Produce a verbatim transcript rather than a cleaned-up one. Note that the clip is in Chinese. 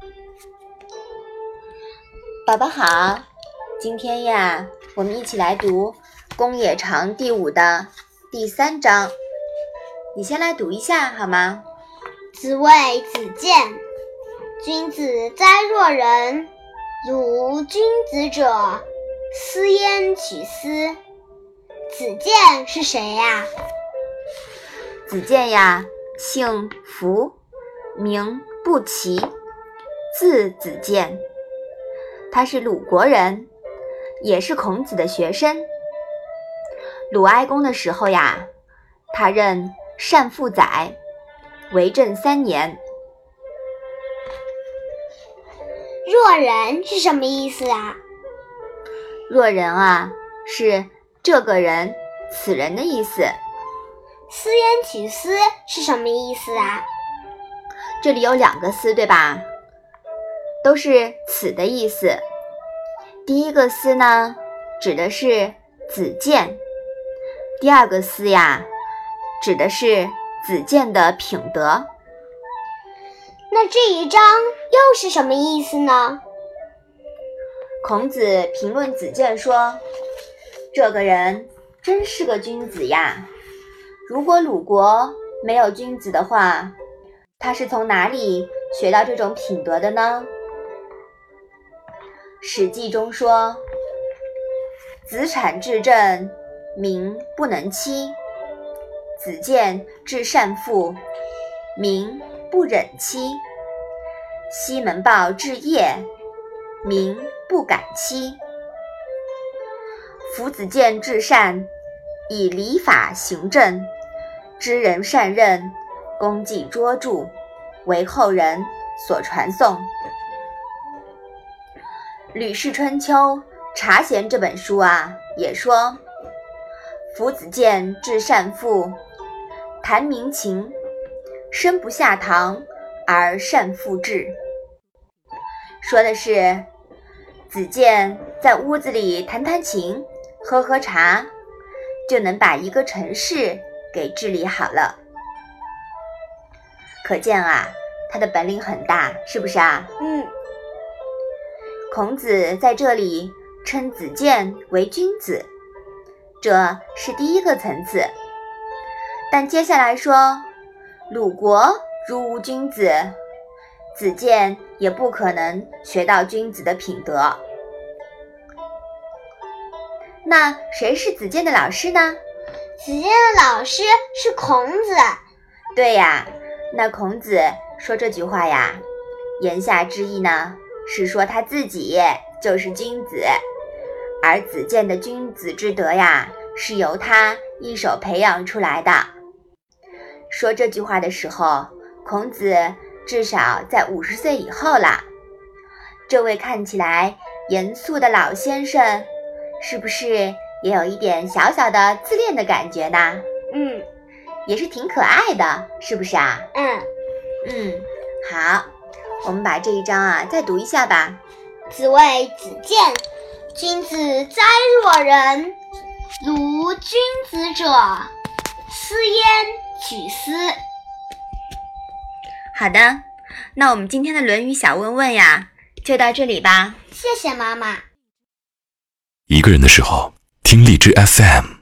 宝宝好，今天呀，我们一起来读《公冶长》第五的第三章。你先来读一下好吗？ 子谓子建：君子哉若人！如君子者，斯焉取斯。子建是谁呀？ 子建呀，姓符，名不齐，字子建。他是鲁国人，也是孔子的学生。鲁哀公的时候呀，他任单父宰，为政三年。 若人是什么意思啊？ 若人啊，是这个人、此人的意思。 斯焉取斯是什么意思啊？ 这里有两个斯，对吧？都是此的意思。第一个斯呢，指的是子建；第二个斯呀，指的是子建的品德。 那这一章又是什么意思呢？ 孔子评论子建说，这个人真是个君子呀。如果鲁国没有君子的话，他是从哪里学到这种品德的呢？史记中说，子产至正，民不能欺；子建至善父，民不忍欺；西门豹至业，民不敢欺。夫子建至善，以礼法行政，知人善任，功绩卓著，为后人所传颂。《吕氏春秋·察贤》这本书啊，也说，夫子建至善父，谈民情，身不下堂而善父至。说的是子建在屋子里弹弹琴，喝喝茶，就能把一个城市给治理好了。可见啊，他的本领很大，是不是啊？ 嗯。 孔子在这里称子建为君子，这是第一个层次。但接下来说，鲁国如无君子，子建也不可能学到君子的品德。那谁是子建的老师呢？ 子建的老师是孔子。 对呀，那孔子说这句话呀，言下之意呢，是说他自己就是君子，而子建的君子之德呀，是由他一手培养出来的。说这句话的时候，孔子至少在五十岁以后了。这位看起来严肃的老先生，是不是也有一点小小的自恋的感觉呢？ 嗯， 也是挺可爱的，是不是啊？ 嗯嗯，好，我们把这一章啊再读一下吧。 子谓子建：君子哉若人！如君子者，斯焉取斯。 好的，那我们今天的论语小问问呀，就到这里吧。 谢谢妈妈。 一个人的时候，听荔枝 F M。